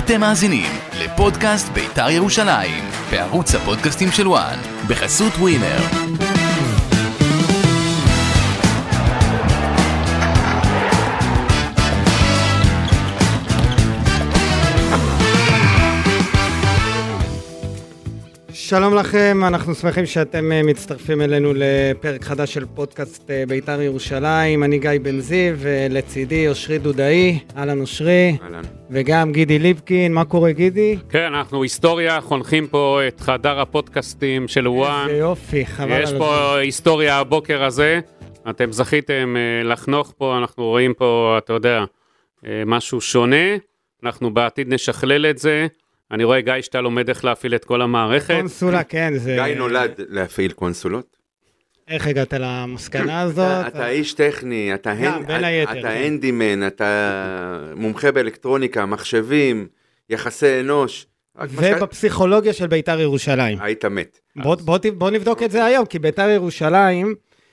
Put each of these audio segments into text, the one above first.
אתם מאזינים לפודקאסט בית"ר ירושלים, בערוץ הפודקאסטים של וואן, בחסות ווינר. שלום לכם, אנחנו שמחים שאתם מצטרפים אלינו לפרק חדש של פודקאסט בית"ר ירושלים. אני גיא בן זיו, ולצידי אושרי דודאי. אהלן אושרי. אהלן. וגם גידי ליבקין. מה קורה גידי? כן, אנחנו היסטוריה, חונכים פה את חדר הפודקאסטים של וואן. איזה יופי, חבל על יש זה. פה היסטוריה הבוקר הזה, אתם זכיתם לחנוך פה, אנחנו רואים פה, אתה יודע, משהו שונה, אנחנו בעתיד נשכלל את זה. אני רואה גיא שאתה לומד איך להפעיל את כל המערכת. קונסולה, כן, זה... גיא נולד להפעיל קונסולות. איך הגעת למסקנה הזאת? אתה איש טכני, אתה הנדימן, אתה מומחה באלקטרוניקה, מחשבים, יחסי אנוש. ובפסיכולוגיה של בית"ר ירושלים. היית מת. בוא נבדוק את זה היום, כי בית"ר ירושלים,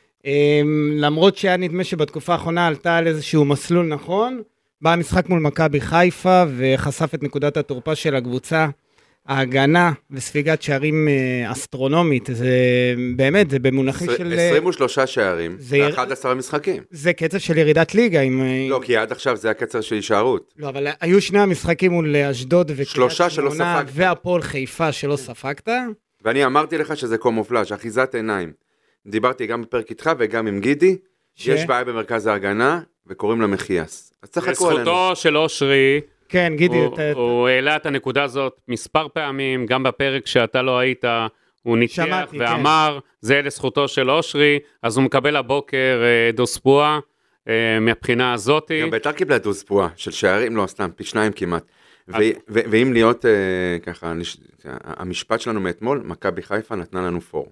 למרות שהיה נדמה שבתקופה האחרונה עלתה על איזשהו מסלול נכון, בא המשחק מול מכבי חיפה וחשף את נקודת התורפה של הקבוצה, ההגנה וספיגת שערים אסטרונומית, זה באמת, זה במונחים של... 23 שערים, 11 משחקים. זה קצב של ירידת ליגה. לא, כי עד עכשיו זה הקצר של הישארות. לא, אבל היו שני המשחקים מול אשדוד וקריית שמונה, והפועל חיפה שלא ספגת. ואני אמרתי לך שזה קומופלאז', אחיזת עיניים. דיברתי גם בפרק איתך וגם עם גידי, יש בעיה במרכז ההגנה, וקוראים לה מחייס. אז צריך לקרוא עלינו. לזכותו של אושרי, כן, גידי, הוא העלה את הנקודה הזאת מספר פעמים, גם בפרק שאתה לא היית, הוא ניתח ואמר, זה לזכותו של אושרי, אז הוא מקבל הבוקר דוספואה, מהבחינה הזאת. גם בית"ר קיבלה דוספואה, של שערים, לא סתם, פי 2 כמעט. ואם להיות ככה, המשפט שלנו מאתמול, מכבי חיפה נתנה לנו פור.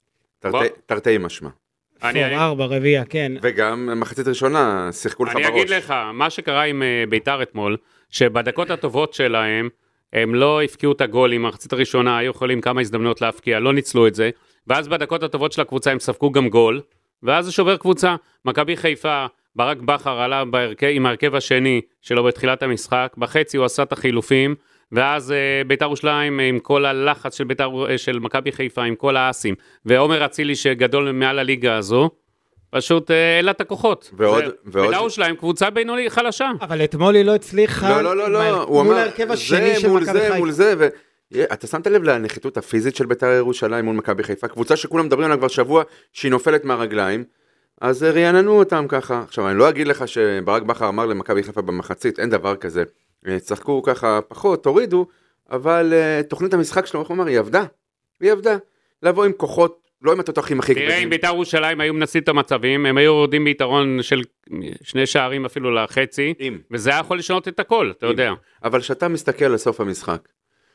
תרתי משמע. פור 4, רביעייה, כן. וגם מחצית ראשונה, שיחקו לך בראש. אני אגיד לך, מה שקרה עם בית"ר אתמול, שבדקות הטובות שלהם, הם לא הפקיעו את הגולים, מחצית הראשונה היו יכולים כמה הזדמנויות להפקיע, לא ניצלו את זה, ואז בדקות הטובות של הקבוצה הם ספקו גם גול, ואז זה שובר קבוצה. מכבי חיפה, ברק בכר עלה עם ההרכב השני שלו בתחילת המשחק, בחצי הוא עשה את החילופים, ואז בית"ר ירושלים עם כל הלחץ של מכבי חיפה, עם כל האסים, ועומר אצילי שגדול מעל הליגה הזו, פשוט העלה את הכוחות. בית"ר ירושלים קבוצה בינונית חלשה. אבל אתמול היא לא הצליחה. לא, הוא אמר, ההרכב השני של מכבי חיפה. מול זה, אתה שמת לב לנחיתות הפיזית של בית"ר ירושלים מול מכבי חיפה, קבוצה שכולם מדברים עליה כבר שבוע, שהיא נופלת מהרגליים, אז רעננו אותם ככה. עכשיו, אני לא אגיד לך שברק בכר אמר למכבי חיפה במחצית, אין דבר כזה. צחקו ככה פחות, תורידו, אבל תוכנית המשחק שלו, איך הוא אמר, היא עבדה. לבוא עם כוחות, לא עם התותחים הכי כבדים. תראה, אם בית"ר ירושלים היו מנסים את המצבים, הם היו יורדים ביתרון של 2 שערים אפילו לחצי, וזה היה יכול לשנות את הכל, אתה יודע. אבל שאתה מסתכל לסוף המשחק,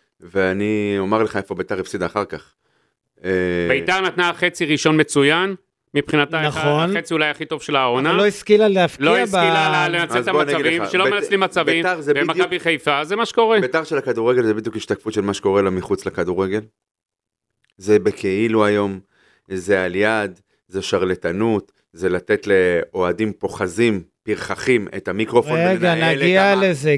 ואני אומר לך איפה בית"ר הפסידה אחר כך. בית"ר נתנה חצי ראשון מצוין, מבחינתה נכון. החצי אולי הכי טוב של העונה. אבל לא השכילה להפקיע לא השכילה לנצל את המצבים, שלא מנצלים מצבים, במכבי חיפה, זה מה שקורה. בית"ר של הכדורגל זה בדיוק השתקפות של מה שקורה לה מחוץ לכדורגל. זה בכאילו היום, זה על יד, זה שרלטנות, זה לתת לאוהדים פוחזים, פרחחים, את המיקרופון רגע, נגיע לזה,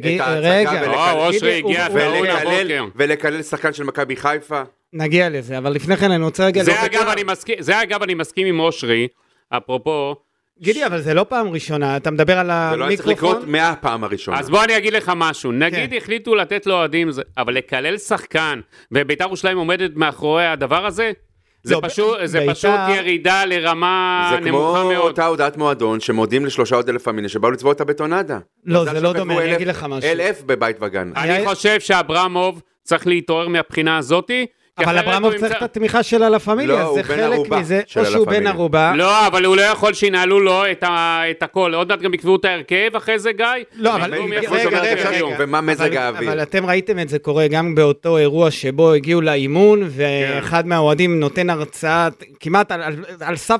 ולקלל שחקן של מכבי חיפה. נגיע לזה, אבל לפני כן אני רוצה רגע... זה אגב אני מסכים עם אושרי, אפרופו... גידי, אבל זה לא פעם ראשונה, אתה מדבר על המיקרופון? זה לא היה צריך לקרות 100 פעם הראשונה. אז בוא אני אגיד לך משהו, נגיד החליטו לתת לו אוהדים, אבל לקלל שחקן, ובית"ר ירושלים עומדת מאחורי הדבר הזה, זה פשוט ירידה לרמה נמוכה מאוד. זה כמו אותה הודעת מועדון, שמודים ל3 עוד אלף אמיני, שבאו לצבוע את הבטונדה. לא, זה לא דומה, אני אגיד לך משהו. 1,000 בבית וגן. אני חושב שאברמוב צריך להתעורר מהבחינה הזאתי, אבל אברמוב צריך את התמיכה של לה פמיליה, זה חלק מזה, או שהוא בן ערובה. לא, אבל הוא לא יכול שינהלו לו את הכל, עוד מעט גם יקבעו את ההרכב אחרי זה גיא. לא, אבל רגע, ומה מזג האוויר? אבל אתם ראיתם את זה קורה גם באותו אירוע שבו הגיעו לאימון, ואחד מהאוהדים נותן הרצאה כמעט על סף,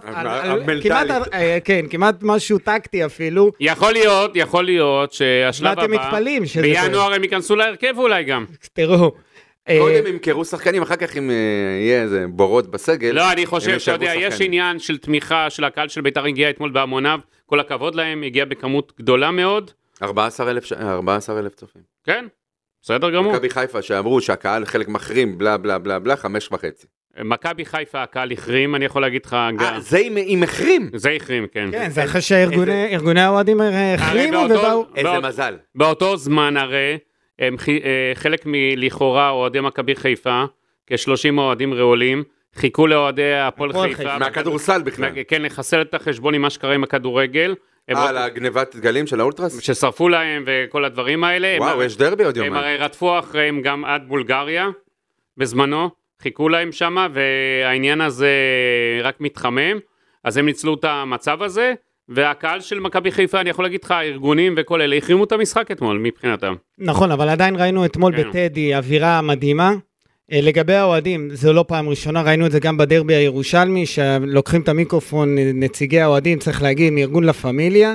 כמעט משהו טקטי אפילו. יכול להיות שהשלב הבא, בינואר הם ייכנסו להרכב אולי גם. תראו. קודם ימכרו שחקנים, אחר כך אם יהיה איזה בורות בסגל. לא, אני חושב שאתה יודע, יש עניין של תמיכה של הקהל של בית"ר הגיע אתמול בהמוניו, כל הכבוד להם, הגיע בכמות גדולה מאוד. 14,000 צופים. כן. בסדר גמור. מכבי חיפה שאמרו שהקהל חלק מחרים, בלה בלה בלה בלה, 5.5. מכבי חיפה, הקהל החרים, אני יכול להגיד לך... זה עם החרים? זה החרים, כן. כן, זה אחרי שארגוני האוהדים החרימו ובאו... איזה מזל. באותו זמן הרי, חלק מלכאורה אוהדי מכבי חיפה, כ-30 אוהדים רעולים, חיכו לאוהדי הפועל חיפה. מהכדורסל בכלל. כן, לחסל את החשבון עם מה שקרה עם הכדורגל. על הגנבת דגלים של האולטרס? ששרפו להם וכל הדברים האלה. וואו, יש דרבי עוד יומיים. הם הרי רדפו אחריהם גם עד בולגריה, בזמנו, חיכו להם שם, והעניין הזה רק מתחמם, אז הם ניצלו את המצב הזה, והקהל של מכבי חיפה, אני יכול להגיד לך, הארגונים וכל אלה, החרימו את המשחק אתמול, מבחינתם. נכון, אבל עדיין ראינו אתמול בטדי אווירה מדהימה. לגבי האוהדים, זו לא פעם ראשונה, ראינו את זה גם בדרבי הירושלמי, שלוקחים את המיקרופון, נציגי האוהדים, צריך להגיד, מארגון לה פמיליה,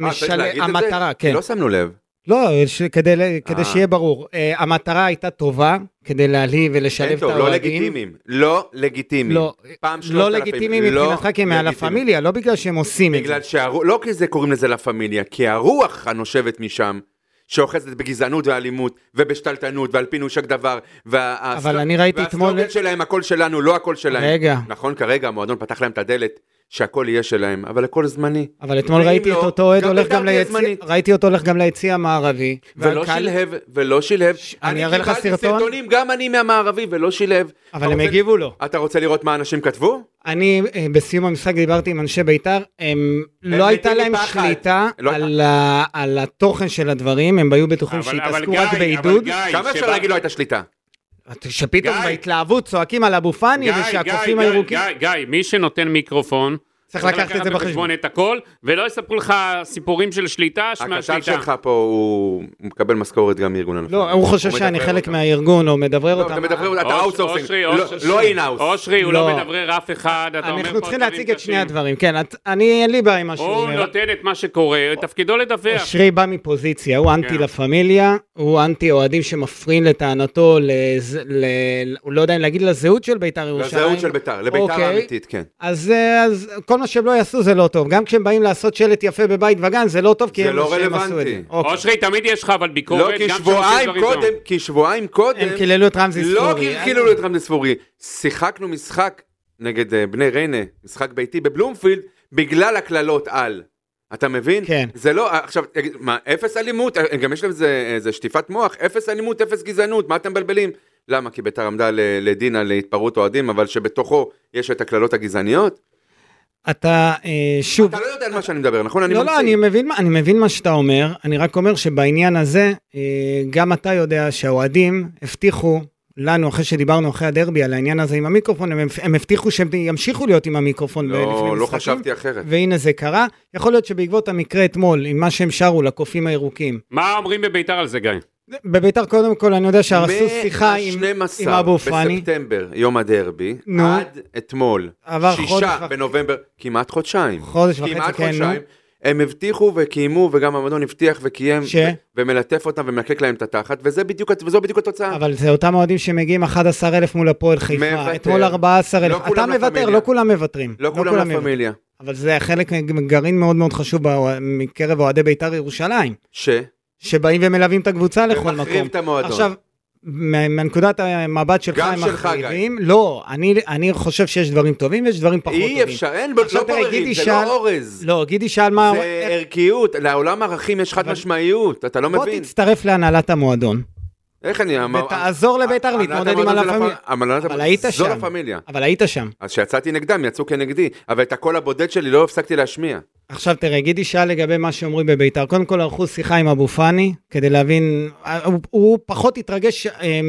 המטרה, כן. לא שמנו לב. לא, כדי שיהיה ברור, המטרה הייתה טובה, כדי להעליב ולשלב את האוהדים. לא לגיטימיים. לא לגיטימיים מבחינתך כי מעל הפמיליה, לא בגלל שהם עושים את זה. לא כי זה קוראים לזה לפמיליה, כי הרוח הנושבת משם, שאוחזת בגזענות ואלימות, ובשתלטנות, ועל פינושק דבר, אבל אני ראיתי אתמול... והסלוגן שלהם, הכל שלנו, לא הכל שלהם. רגע. נכון, כרגע המועדון פתח להם את הדלת, שהכל יהיה שלהם, אבל הכל זמני. אבל אתמול ראיתי את אותו אוהד הולך גם ליציע המערבי. ולא שילהב. אני אראה לך סרטון. קיבלתי סרטונים, גם אני מהמערבי, ולא שילהב. אבל הם הגיבו לו. אתה רוצה לראות מה אנשים כתבו? אני בסיום המשחק דיברתי עם אנשי בית"ר, לא הייתה להם שליטה על התוכן של הדברים, הם היו בטוחים שהתעסקו רק בעידוד. כמה אפשר להגיד לא הייתה שליטה? שפתאום בהתלהבות צועקים על אבו פאני ושהקופים הירוקים. גיא, מי שנותן מיקרופון, צריך לקחת את זה בחשבון. את הכל, ולא יספרו לך סיפורים של שליטה, הכתב שלך פה הוא מקבל משכורת גם מארגון הנפל. לא, הוא חושב שאני חלק מהארגון, או מדברר אותם. אתה מדברר אותם, אתה אאוטסורסינג, לא אינאוס. אושרי, הוא לא מדברר אף אחד. אנחנו צריכים להציג את שני הדברים, כן, אין לי בעיה עם מה שהוא אומר. הוא נותן את מה שקורה, תפקידו לדווח. אושרי בא מפוזיציה, הוא אנטי לפמיליה, הוא אנטי אוהדים שמפריעים לטענתו, הוא לא יודע אם להגיד לזהות של בית"ר ירושלים. לזהות של בית"ר, לבית"ר האמיתית, כן. אז כל מה שהם לא יעשו זה לא טוב. גם כשהם באים לעשות שלט יפה בבית וגן, זה לא טוב כי הם עשו את זה. אושרי, תמיד יש לך אבל ביקורת. לא, כי שבועיים קודם, הם קיללו את רמזי ספורי. לא קיללו את רמזי ספורי. שיחקנו משחק נגד בני ריינה, משחק ביתי בבלומפילד, בגלל הקללות על. אתה מבין? כן. זה לא, עכשיו, מה, אפס אלימות, גם יש להם איזה שטיפת מוח, אפס אלימות, אפס גזענות, מה אתם בלבלים? למה? כי בית"ר עמדה לדין על התפרעות אוהדים, אבל שבתוכו יש את הקללות הגזעניות? אתה שוב... אתה לא יודע על מה שאני מדבר, נכון? לא, אני מבין מה שאתה אומר, אני רק אומר שבעניין הזה, גם אתה יודע שהאוהדים הבטיחו לנו, אחרי שדיברנו אחרי הדרבי על העניין הזה עם המיקרופון, הם הבטיחו שהם ימשיכו להיות עם המיקרופון לפני משחקים. לא חשבתי אחרת. והנה זה קרה. יכול להיות שבעקבות המקרה אתמול, עם מה שהם שרו לקופים הירוקים. מה אומרים בבית"ר על זה, גיא? בבית"ר קודם כל אני יודע שהרסו שיחה עם אבו פאני. בספטמבר, יום הדרבי, עד אתמול, 6 בנובמבר, כמעט חודשיים. חודש וחצי, כן, נו. הם הבטיחו וקיימו, וגם המועדון הבטיח וקיים, ומלטף אותם ומלקק להם את התחת, וזו בדיוק התוצאה. אבל זה אותם אוהדים שמגיעים 11,000 מול הפועל חיפה, אתמול 14,000. אתה מוותר, לא כולם מוותרים. לא כולם לפמיליה. אבל זה חלק גרעין מאוד מאוד חשוב מקרב אוהדי בית"ר ירושלים. שבאים ומלווים את הקבוצה לכל מקום. ומחריב את המועדון. עכשיו, מנקודת המבט שלך הם מחריבים. לא, אני חושב שיש דברים טובים ויש דברים פחות טובים. אי אפשר, לא פוררים, זה לא אורז. לא, גידי שאל מה... זה ערכיות, לעולם ערכים יש חד משמעיות, אתה לא מבין. בוא תצטרף להנהלת המועדון. איך אני אמר? ותעזור לבית"ר להתמודד עם הפמיליה. אבל היית שם. אבל היית שם. אז שיצאתי נגדם, יצאו כנגדי, אבל את הקול הבודד שלי לא הפסקתי להשמיע. עכשיו תראה, גידי שאל לגבי מה שאומרים בבית"ר, קודם כל ערכו שיחה עם אבו פאני, כדי להבין, הוא פחות התרגש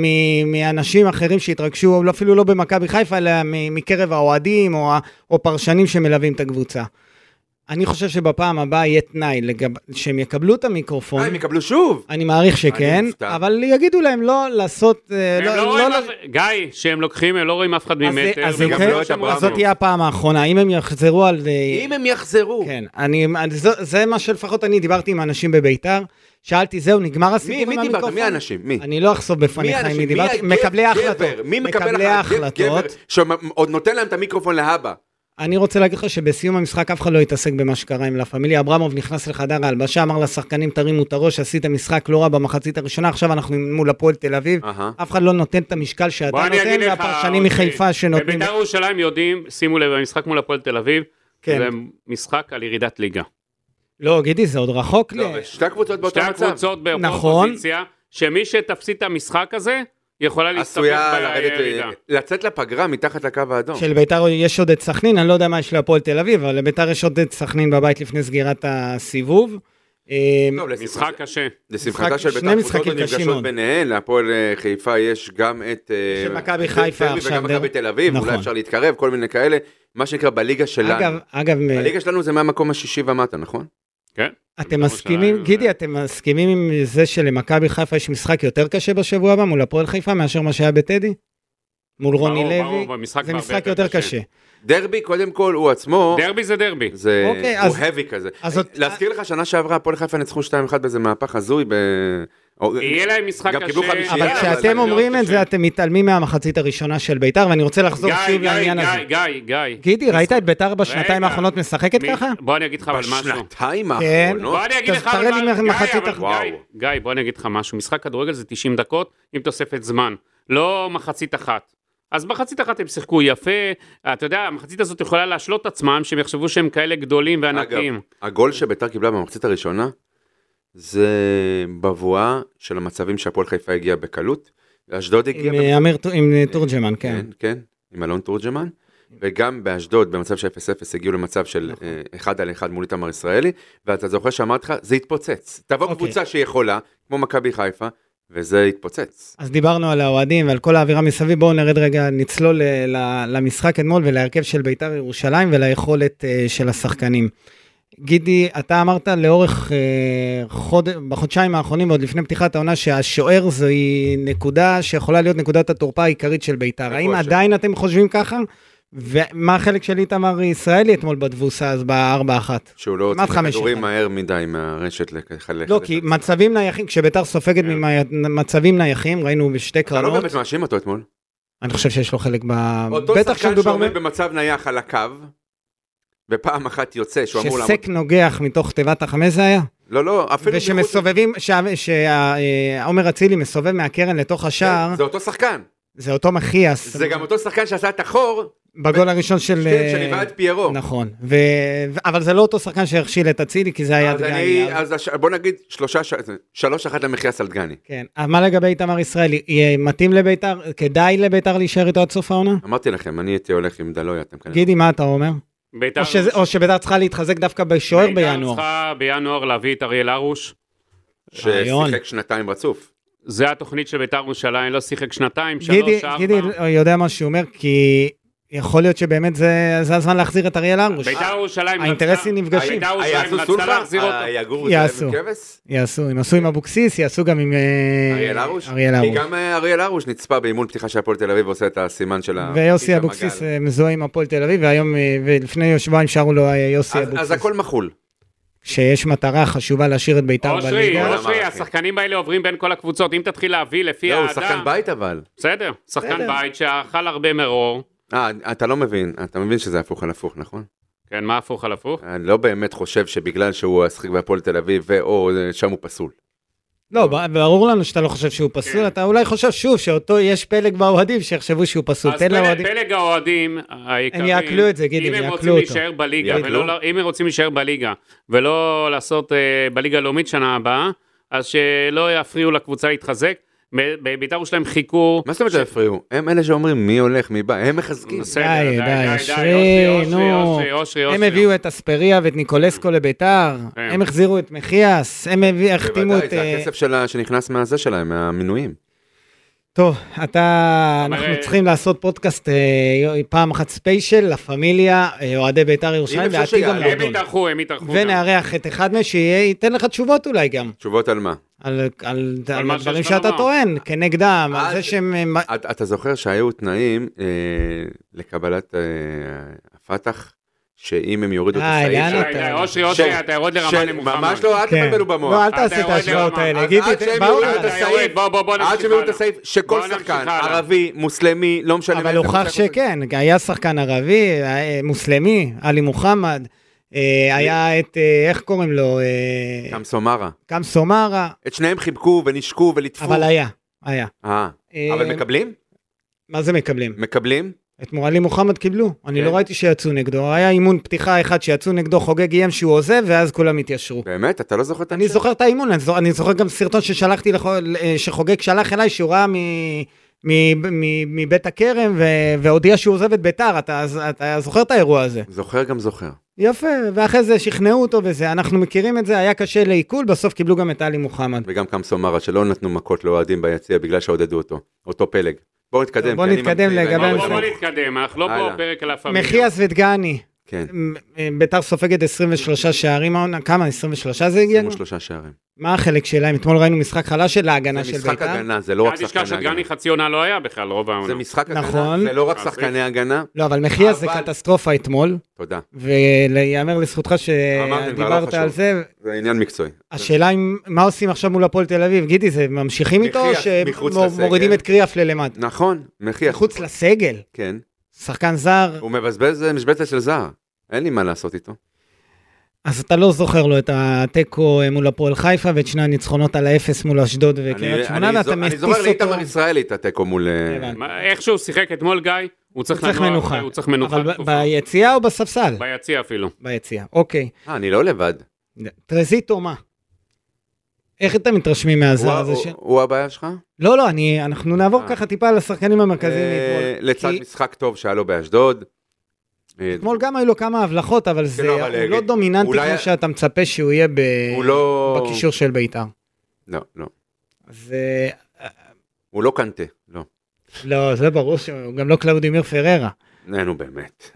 מאנשים אחרים שהתרגשו, אפילו לא במכבי חיפה, אלא מקרב האוהדים או פרשנים שמלווים את הקבוצה. אני חושב שבפעם הבאה יהיה תנאי שהם יקבלו את המיקרופון. הם יקבלו שוב. אני מעריך שכן, אבל יגידו להם לא לעשות... גיא, שהם לוקחים, הם לא רואים אף אחד ממטר. אז זאת תהיה הפעם האחרונה, אם הם יחזרו על... אם הם יחזרו. כן, זה מה שלפחות אני דיברתי עם אנשים בבית"ר, שאלתי, זהו, נגמר הסיפור מי דיברת? מי האנשים? מי? אני לא אחשוף בפניך אם דיברתי. מקבלי ההחלטות. מי מקבל גבר שעוד נותן להם את המיקרופון להבא. אני רוצה להגיד לך שבסיום המשחק אף אחד לא התעסק במה שקרה עם לה פמיליה. אברמוב נכנס לחדר ההלבשה, אמר לשחקנים תרימו את הראש, עשית משחק לא רע במחצית הראשונה, עכשיו אנחנו מול הפועל תל אביב, אף אחד לא נותן את המשקל שאתה נותן, והפרשנים מחיפה שנותנים. בבית"ר ירושלים יודעים, שימו לב, המשחק מול הפועל תל אביב, זה משחק על ירידת ליגה. לא, גידי, זה עוד רחוק. שתי הקבוצות באותו מצב. שתי הקבוצות באותה פוזיציה, שמי שתפסיד את המשחק הזה, יכולה להסתפק בירידה. לצאת לפגרה מתחת לקו האדום. של בית"ר יש עוד את סכנין, אני לא יודע מה יש להפועל תל אביב, אבל לבית"ר יש עוד את סכנין בבית לפני סגירת הסיבוב. משחק קשה. לשמחתה של בית"ר קבוצות נפגשות ביניהן, להפועל חיפה יש גם את מכבי חיפה עכשיו. וגם מכבי תל אביב, אולי אפשר להתקרב, כל מיני כאלה, מה שנקרא בליגה שלנו. אגב, הליגה שלנו זה מהמקום השישי ומטה, נכון? כן. אתם מסכימים, גידי, אתם מסכימים עם זה שלמכבי חיפה יש משחק יותר קשה בשבוע הבא מול הפועל חיפה מאשר מה שהיה בטדי? מול רוני לוי? זה משחק יותר קשה. דרבי, קודם כל, הוא עצמו... דרבי זה דרבי. הוא heavy כזה. להזכיר לך, שנה שעברה, הפועל חיפה ניצחו 2-1 באיזה מהפך הזוי יהיה להם משחק קשה. אבל כשאתם אומרים את זה, אתם מתעלמים מהמחצית הראשונה של בית"ר, ואני רוצה לחזור שוב לעניין הזה. גיא. גידי, ראית את בית"ר בשנתיים האחרונות משחקת ככה? בוא אני אגיד לך אבל משהו. בשנתיים האחרונות? בוא אני אגיד לך גיא, בוא אני אגיד לך משהו. משחק כדורגל זה 90 דקות עם תוספת זמן, לא מחצית אחת. אז מחצית אחת הם שיחקו יפה, אתה יודע, המחצית הזאת יכולה להשלות את עצמם, שהם יחשבו שהם כאלה גדולים וענקים. אגב, הגול שבית"ר קיבלה במחצית הראשונה, זה בבואה של המצבים שהפועל חיפה הגיע בקלות, ואשדוד הגיע... עם תורג'מן, כן. כן, עם אלון תורג'מן, וגם באשדוד, במצב של 0-0, הגיעו למצב של 1-1 מול איתמר ישראלי, ואתה זוכר שאמרתי לך, זה התפוצץ. תבוא קבוצה שיכולה, כמו מכבי חיפה, וזה התפוצץ. אז דיברנו על האוהדים ועל כל האווירה מסביב, בואו נרד רגע, נצלול למשחק אתמול ולהרכב של בית"ר ירושלים וליכולת של השחקנים. גידי, אתה אמרת לאורך בחודשיים האחרונים ועוד לפני פתיחת העונה שהשוער זוהי נקודה שיכולה להיות נקודת התורפה העיקרית של בית"ר. האם עדיין אתם חושבים ככה? ומה החלק של איתמר ישראלי אתמול בדבוסה אז ב-4-1? שהוא לא הוציא כדורים מהר מדי מהרשת לחלק. לא, כי מצבים נייחים, כשבית"ר סופגת ממצבים נייחים, ראינו בשתי קרנות. אתה לא באמת מאשים אותו אתמול? אני חושב שיש לו חלק אותו שחקן שעומד במצב נייח על הקו, ופעם אחת יוצא, שהוא אמור לעמוד... שסק נוגח מתוך תיבת החמש זה היה? לא, אפילו... ושמסובבים, שעומר אצילי מסובב מהקרן לתוך השער. זה אותו שחקן. זה אותו מחיאס. זה גם אותו שחקן שעשה את החור. בגול הראשון של... כן, שליווה את פיירו. נכון. אבל זה לא אותו שחקן שהכשיל את אצילי, כי זה היה דגני. אז בוא נגיד 3-1 למחיאס על דגני. כן. מה לגבי איתמר ישראלי? מתאים לביתר? כדאי לביתר להישאר איתו עד סוף העונה? אמרתי לכם, אני הייתי הולך עם דלוי, אתם כנראה. גידי, מה אתה אומר? או שביתר צריכה להתחזק דווקא בשוער בינואר. ביתר צריכה בינואר להביא את אריאל הרוש. ששיחק שנתיים רצוף. זה התוכנית של בית"ר ירושלים, לא שיחק שנתיים, 3-4. גידי יודע מה שהוא אומר, כי יכול להיות שבאמת זה הזמן להחזיר את אריאל הרוש. בית"ר ירושלים... האינטרסים נפגשים. בית"ר ירושלים רצתה להחזיר אותו. יעשו, הם עשו עם אבוקסיס, יעשו גם עם אריאל הרוש. כי גם אריאל הרוש נצפה באימון פתיחה של הפועל תל אביב, ועושה את הסימן של ויוסי אבוקסיס מזוהה עם הפועל תל אביב, ולפני שבועיים שרו לו יוסי אבוקסיס. אז הכל מחול. שיש מטרה חשובה להשאיר את בית"ר בליגה. אושרי, השחקנים האלה עוברים בין כל הקבוצות, אם תתחיל להביא לפי העדה... הוא שחקן בית אבל. בסדר, שחקן בית שאכל הרבה מרור. אתה לא מבין, אתה מבין שזה הפוך על הפוך, נכון? כן, מה הפוך על הפוך? אני לא באמת חושב שבגלל שהוא שחק בהפועל תל אביב, או שם הוא פסול. לא, ברור לנו שאתה לא חושב שהוא פסול, אתה אולי חושב שוב שאותו יש פלג באוהדים שיחשבו שהוא פסול. אז פלג האוהדים העיקריים, הם יעקלו את זה, גידי, הם יעקלו אותו. אם הם רוצים להישאר בליגה, ולא לעשות בליגה הלאומית שנה הבאה, אז שלא יפריעו לקבוצה להתחזק. בית"ר ירושלים חיכו... מה זאת אומרת להפריעו? הם אלה שאומרים מי הולך, מי בא, הם מחזקים. די, הם הביאו את אספריה ואת ניקולסקו לבית"ר, הם החזירו את מחיאס, הם החתימו את... זה הכסף שנכנס מהזה שלהם, מהמינויים. טוב, אנחנו צריכים לעשות פודקאסט פעם אחת ספיישל, לה פמיליה, אוהדי בית"ר ירושלים, ועתיד המועדון. הם יתארחו. ונארח את אחד שייתן לך תשובות אולי גם. תשובות על מה? על דברים שאתה טוען, כנגדם, על זה שהם... אתה זוכר שהיו תנאים לקבלת הפתח שאם הם יורידו את הסעיף... לאן אתה? אושרי, אתה יורד לרמה נמוכה. ממש לא, אל תבלבלו במוח. לא, אל תעשה את ההשוואות האלה. עד שהם יורידו את הסעיף, שכל שחקן, ערבי, מוסלמי, לא משנה... אבל הוכח שכן, היה שחקן ערבי, מוסלמי, עלי מוחמד, היה את, איך קוראים לו? קם סומרה. את שניהם חיבקו ונשקו וליטפו. אבל היה. אבל מקבלים? מה זה מקבלים? מקבלים? את עלי מוחמד קיבלו, אני לא ראיתי שיצאו נגדו, היה אימון פתיחה אחד שיצאו נגדו, חוגג איים שהוא עוזב, ואז כולם התיישרו. באמת? אתה לא זוכר את אני זוכר את האימון, אני זוכר גם סרטון ששלחתי, שחוגג שלח אליי, שהוא ראה מבית הכרם, והודיע שהוא עוזב את ביתר, אתה זוכר את האירוע הזה? זוכר גם זוכר. יפה, ואחרי זה שכנעו אותו וזה, אנחנו מכירים את זה, היה קשה לעיכול, בסוף קיבלו גם את עלי מוחמד. וגם קם סומרה, שלא נתנו מכות לאוהדים ביציע, בגלל שעודדו אותו פלג. בואו נתקדם. בואו נתקדם לגבי... בואו נתקדם, אנחנו לא פה פרק על הפעמים. מחיאס ודגני. כן. ביתר סופגת 23 שערים העונה, כמה? 23 זה הגיע? 23 שערים. מה החלק שלהם? אתמול ראינו משחק חלש של ההגנה של ביתר. זה משחק הגנה, זה לא רק שחקני הגנה. שדגני חצי עונה לא היה בכלל, רוב העונה. זה משחק הגנה, זה לא רק שחקני הגנה. לא, אבל מחיאס זה קטסטרופה אתמול. תודה. ויאמר לזכותך שדיברת על זה. זה עניין מקצועי. השאלה מה עושים עכשיו מול הפועל תל אביב? גידי, זה ממשיכים איתו או שמורידים את קריאף ללמד? נכון, מחיאס. מחוץ לסגל. כן. שחקן זר. הוא מבזבז משבצת של זר. אין לי מה לעשות איתו. אז אתה לא זוכר לו את הטקו מול הפועל חיפה, ואת שני הניצחונות על האפס מול אשדוד וקריית שמונה, ואתה מטיס אותו. אני זוכר לאיתמר ישראלי את הטקו מול... איך שהוא שיחק אתמול גיא, הוא צריך מנוחה. הוא צריך מנוחה. אבל ביציאה או בספסל? ביציאה אפילו. ביציאה, אוקיי. אני לא לבד. טרזיטו, מה? איך אתם מתרשמים מהזר הזה? הוא הבעיה שלך? לא, אנחנו נעבור ככה טיפה על השחקנים המרכזיים. לצד משחק טוב שהיה לו באשדוד. אתמול גם היו לו כמה הבלחות, אבל זה לא דומיננטי כמו שאתה מצפה שהוא יהיה בקישור של ביתר. לא. הוא לא קנטה, לא. לא, זה ברור שהוא גם לא קלאודימיר פררה. נו, באמת.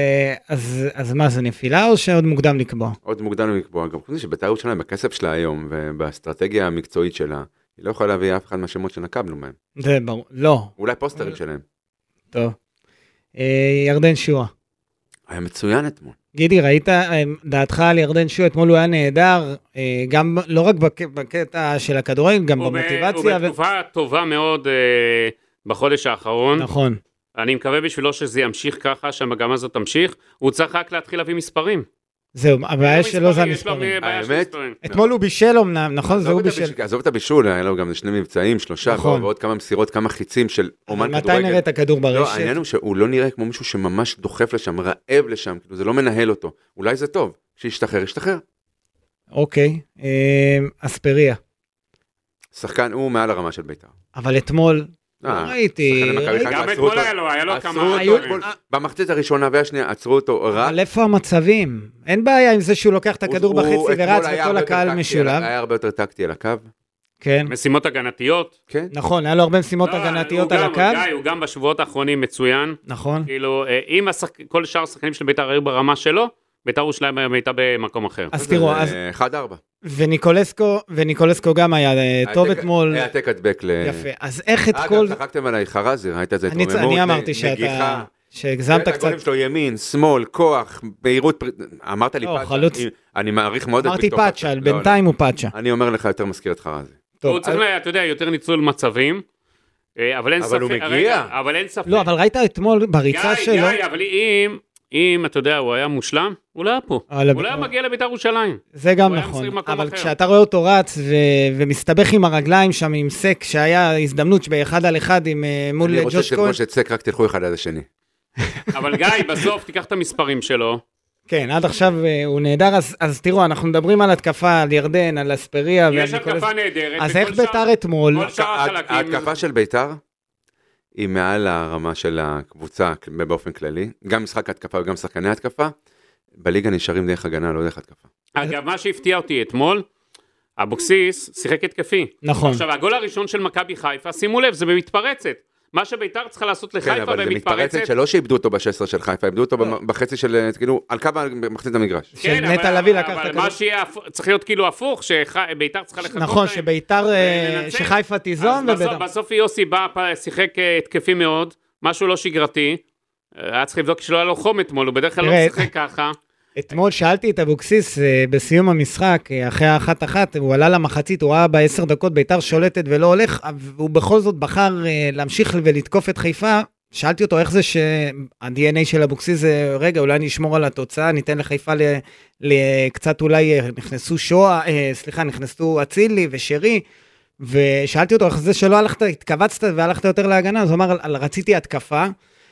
אז מה, זה נפילה או שעוד מוקדם לקבוע? עוד מוקדם לקבוע, גם חושב שביתר ירושלים בכסף שלה היום, ובאסטרטגיה המקצועית שלה, היא לא יכולה להביא אף אחד מהשמות שנקבנו מהם. זה ברור, לא. אולי פוסטרים שלהם. טוב. ירדן שועה. היה מצוין אתמול. גידי, ראית דעתך על ירדן שועה, אתמול הוא היה נהדר, גם לא רק בקטע של הכדורגל, גם במוטיבציה. הוא בתקופה טובה מאוד בחודש האחרון. נכון. אני מקווה בשבילו שזה ימשיך ככה, שהמגמה הזאת תמשיך, הוא צריך רק להתחיל להביא מספרים. זהו, הבעיה שלו זה המספרים. האמת? אתמול הוא בישל אומנם, נכון? זה הוא בישל. עזוב את הבישול, היה לו גם שני מבצעים, 3, ועוד כמה מסירות, כמה חיצים של אומן כדורגל. מתי נראה את הכדור ברשת? לא, העניין הוא שהוא לא נראה כמו מישהו שממש דוחף לשם, רעב לשם, כאילו זה לא מנהל אותו. אולי זה טוב, כשישתחרר, ישתחרר. אוקיי, אספריה. שחקן, הוא מעל הרמה של בית"ר. אבל אתמול... ראיתי, גם אתמול היה לו כמה... במחצית הראשונה והשנייה עצרו אותו רק... אבל איפה המצבים? אין בעיה עם זה שהוא לוקח את הכדור בחצי ורץ וכל הקהל משולב. היה הרבה יותר טקטי על הקו. כן. משימות הגנתיות. כן. נכון, היה לו הרבה משימות הגנתיות על הקו. הוא גם בשבועות האחרונים מצוין. נכון. כאילו, אם כל שאר השחקנים של בית"ר היו ברמה שלו, בית"ר ירושלים הייתה במקום אחר. אז תראו, 1-4. וניקולסקו גם היה טוב אתמול. היה תקדבק יפה, אז איך את כל... אגב, צחקתם עליי, חרזי, ראית את זה התרוממות, אני אמרתי שהגזמת קצת. הגולים שלו ימין, שמאל, כוח, בהירות, אמרת לי פאצ'ה, אני מעריך מאוד את אמרתי פאצ'ה, בינתיים הוא פאצ'ה. אני אומר לך יותר מזכיר את חרזי. הוא צריך, אתה יודע, יותר ניצול מצבים, אבל אין ספק. אבל הוא מגיע. אבל אין ספק. לא, אבל ראית אתמול בריצה שלו. גיא, אבל אם אתה יודע, הוא היה מושלם, הוא לא היה פה. הוא לא היה מגיע לבית"ר ירושלים. זה גם נכון, אבל כשאתה רואה אותו רץ ומסתבך עם הרגליים שם, עם סק, שהיה הזדמנות באחד על אחד מול ג'וש כהן. אני רוצה שתפגוש את סק, רק תלכו אחד עד השני. אבל גיא, בסוף תיקח את המספרים שלו. כן, עד עכשיו הוא נהדר, אז תראו, אנחנו מדברים על התקפה, על ירדן, על אספריה. יש התקפה נהדרת. אז איך בית"ר אתמול? ההתקפה של בית"ר היא מעל הרמה של הקבוצה באופן כללי, גם משחק התקפה וגם שחקני התקפה, בליגה נשארים דרך הגנה, לא דרך התקפה. אגב, מה שהפתיע אותי אתמול, אבוקסיס שיחק התקפי. נכון. עכשיו, הגול הראשון של מכבי חיפה, שימו לב, זה במתפרצת. מה שבית"ר צריכה לעשות לחיפה במתפרצת. כן, אבל זה מתפרצת שלא שאיבדו אותו ב-16 של חיפה, איבדו אותו בחצי של, כאילו, על קו מחצית המגרש. של נטע לביא לקח את הכדור. אבל מה שיהיה, צריך להיות כאילו הפוך, שבית"ר צריכה לחכות. נכון, שחיפה תיזון. בסוף יוסי בא, שיחק התקפי מאוד, משהו לא שגרתי, היה צריך לבדוק שלא היה לו חום אתמול, הוא בדרך כלל לא משחק ככה. אתמול שאלתי את אבוקסיס בסיום המשחק, אחרי האחת, הוא עלה למחצית, הוא ראה ב10 דקות ביתר שולטת ולא הולך, והוא בכל זאת בחר להמשיך ולתקוף את חיפה. שאלתי אותו איך זה שה-DNA של אבוקסיס זה, רגע, אולי נשמור על התוצאה, ניתן לחיפה קצת אולי נכנסו אצילי ושרי, ושאלתי אותו איך זה שלא הלכת, התכווצת והלכת יותר להגנה, אז הוא אמר, רציתי התקפה,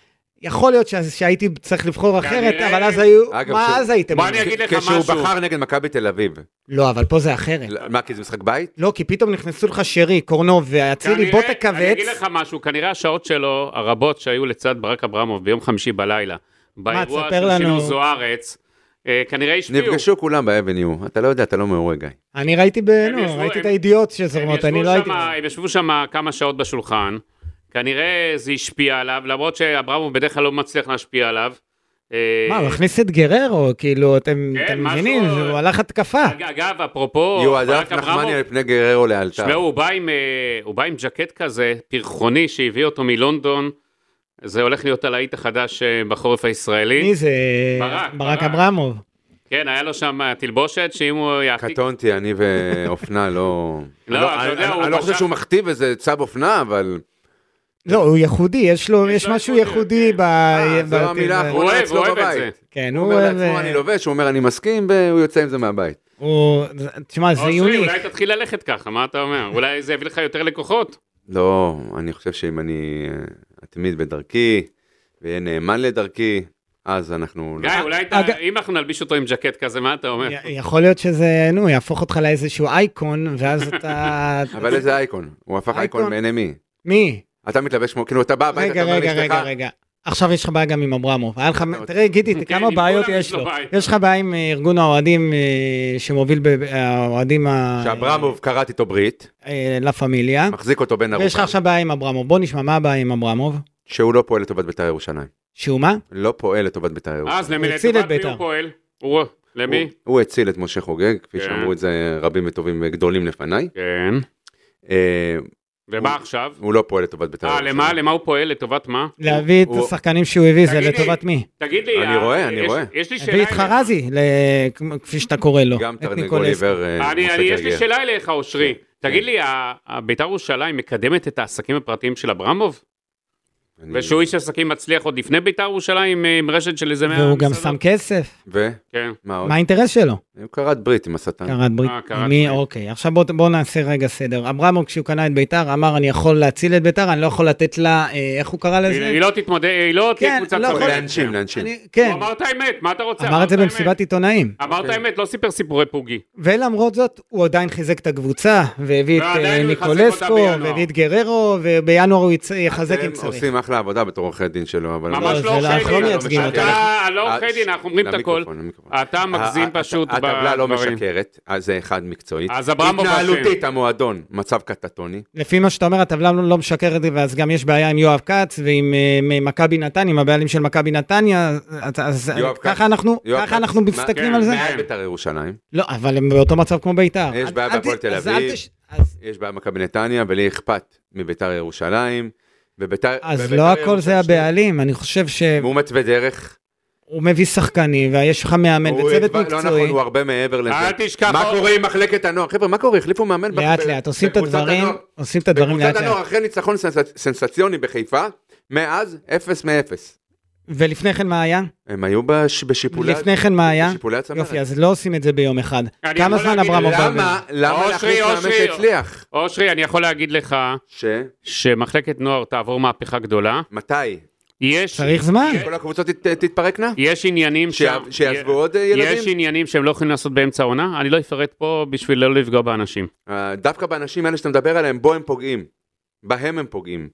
יכול להיות שהייתי צריך לבחור אחרת, אבל אז היו, מה אז הייתם? בוא אני אגיד לך משהו. כשהוא בחר נגד מכבי תל אביב. לא, אבל פה זה אחרת. מה, כי זה משחק בית? לא, כי פתאום נכנסו לך שרי, קורנוב והצילי, בוא תכווץ. אני אגיד לך משהו, כנראה השעות שלו, הרבות שהיו לצד ברק אברמוב ביום חמישי בלילה, באירוע של שינו זוארץ, כנראה השפיעו. נפגשו כולם באבניו, אתה לא יודע, אתה לא מעורה גיא. אני ראיתי את הידיעות שזורמות, אני לא הייתי. הם ישבו שם כמה שעות בשולחן, כנראה זה השפיע עליו, למרות שאברמוב בדרך כלל לא מצליח להשפיע עליו. מה, הוא הכניס את גררו, כאילו, אתם מבינים, הוא הלך התקפה. אגב, אפרופו, יועדף נחמניה לפני גררו לאלתר. שמעו, הוא בא עם ג'קט כזה, פרחוני, שהביא אותו מלונדון, זה הולך להיות הלהיט החדש בחורף הישראלי. מי זה? ברק אברמוב. כן, היה לו שם תלבושת, שאם הוא יעתיק... קטונתי, אני ואופנה לא... אני לא חושב שהוא מכתיב איזה צב אופנה, אבל... לא, הוא ייחודי, יש משהו ייחודי זו המילה האחרונה אצלו בבית. כן, הוא אומר לעצמו, אני לובש, הוא אומר, אני מסכים, והוא יוצא עם זה מהבית. תשמע, זה יוניק. אולי תתחיל ללכת ככה, מה אתה אומר? אולי זה יביא לך יותר לקוחות? לא, אני חושב שאם אני אתמיד בדרכי, ויהיה נאמן לדרכי, אז אנחנו... גיא, אולי אם אנחנו נלביש אותו עם ג'קט כזה, מה אתה אומר? יכול להיות שזה, יהפוך אותך לאיזשהו אייקון, ואז אתה... אבל איזה אייקון? הוא הפך אייקון בעיני מי? מי? אתה מתלבש כמו, כאילו אתה בא הבית, אתה אומר לאשתך... רגע. עכשיו יש לך בעיה גם עם אברמוב. תראה, גידי, כמה בעיות יש לו. יש לך בעיה עם ארגון האוהדים שמוביל באוהדים שאברמוב קראת איתו ברית. לה פמיליה. מחזיק אותו בין הרוחים. ויש לך עכשיו בעיה עם אברמוב. בוא נשמע מה הבעיה עם אברמוב. שהוא לא פועל לטובת בית"ר ירושלים. שהוא מה? לא פועל לטובת בית"ר ירושלים. אז לטובת מי הוא פועל? למי? הוא הציל את משה חוגג, כפי שאמרו את זה רבים וטובים וגדולים לפניי. כן. ומה עכשיו? הוא לא פועל לטובת בית"ר ירושלים. למה הוא פועל? לטובת מה? להביא את השחקנים שהוא הביא, זה לטובת מי? תגיד לי, אני רואה. יש לי שאלה... הביא את חרזי, כפי שאתה קורא לו. גם תרנגוליבר. יש לי שאלה אליך, אושרי. תגיד לי, בית"ר ירושלים מקדמת את העסקים הפרטיים של אברמוב? ושהוא איש עסקים מצליח עוד לפני בית"ר ירושלים עם רשת של איזה 100 והוא גם שם כסף. כן. מה האינטרס שלו? הוא קראת ברית עם השטן. קראת ברית. אוקיי, עכשיו בואו נעשה רגע סדר. אברמוב כשהוא קנה את בית"ר אמר אני יכול להציל את בית"ר, אני לא יכול לתת לה, איך הוא קרא לזה? היא לא תתמודד, היא לא תהיה קבוצה צודקת. לאנשים. כן. הוא אמר את האמת, מה אתה רוצה? אמר את זה במסיבת עיתונאים. אמר את האמת, לא סיפר סיפורי פוגי. ולמרות זאת, הוא עדיין חיזק את הקבוצה, והביא את ניקולסקו, והביא את גררו, ובינואר הוא יחזק אם צריך. עושים אחלה עבודה בתור עורכי דין שלו, אבל... ממש לא עורכי דין. אתה לא עורכי דין, אנחנו אומרים את הכל. אתה מגזים פשוט בדברים. הטבלה לא משקרת, זה אחד מקצועית. אז אברמוב התנהלותית המועדון, מצב קטטוני. לפי מה שאתה אומר, הטבלה לא משקרת, ואז גם יש בעיה עם יואב כץ, ועם מכבי נתניה, עם הבעלים של מכבי נתניה, אז ככה אנחנו מסתכלים על זה? בית"ר ירושלים. לא, אבל הם באותו מצב כמו בית"ר. יש בעיה בהפועל תל אביב, יש בעיה במכבי נתניה, ולי אכפת מבית"ר ירושלים. אז לא הכל זה הבעלים, אני חושב ש... והוא מתווה דרך. הוא מביא שחקנים, ויש לך מאמן וצוות מקצועי. לא נכון, הוא הרבה מעבר לזה. אל תשכח. מה קורה עם מחלקת הנוער? חבר'ה, מה קורה? החליפו מאמן לאט לאט, עושים את הדברים לאט לאט. בקבוצת הנוער, אחרי ניצחון סנסציוני בחיפה, מאז 0 מ-0. ולפני כן מה היה? הם היו בשיפולי... לפני כן מה היה? בשיפולי הצמרת. יופי, אז לא עושים את זה ביום אחד. כמה זמן אברמוב למה להכניס מאמן שהצליח? אושרי, אני יכול להגיד לך שמחלקת נוער תעבור מהפכה גדולה. מתי? צריך זמן. כל הקבוצות תתפרקנה? יש עניינים שיעזבו עוד ילדים? יש עניינים שהם לא יכולים לעשות באמצע העונה, אני לא אפרט פה בשביל לא לפגוע באנשים. דווקא באנשים האלה שאתה מדבר עליהם, בו הם פוגעים. בהם הם פוגעים.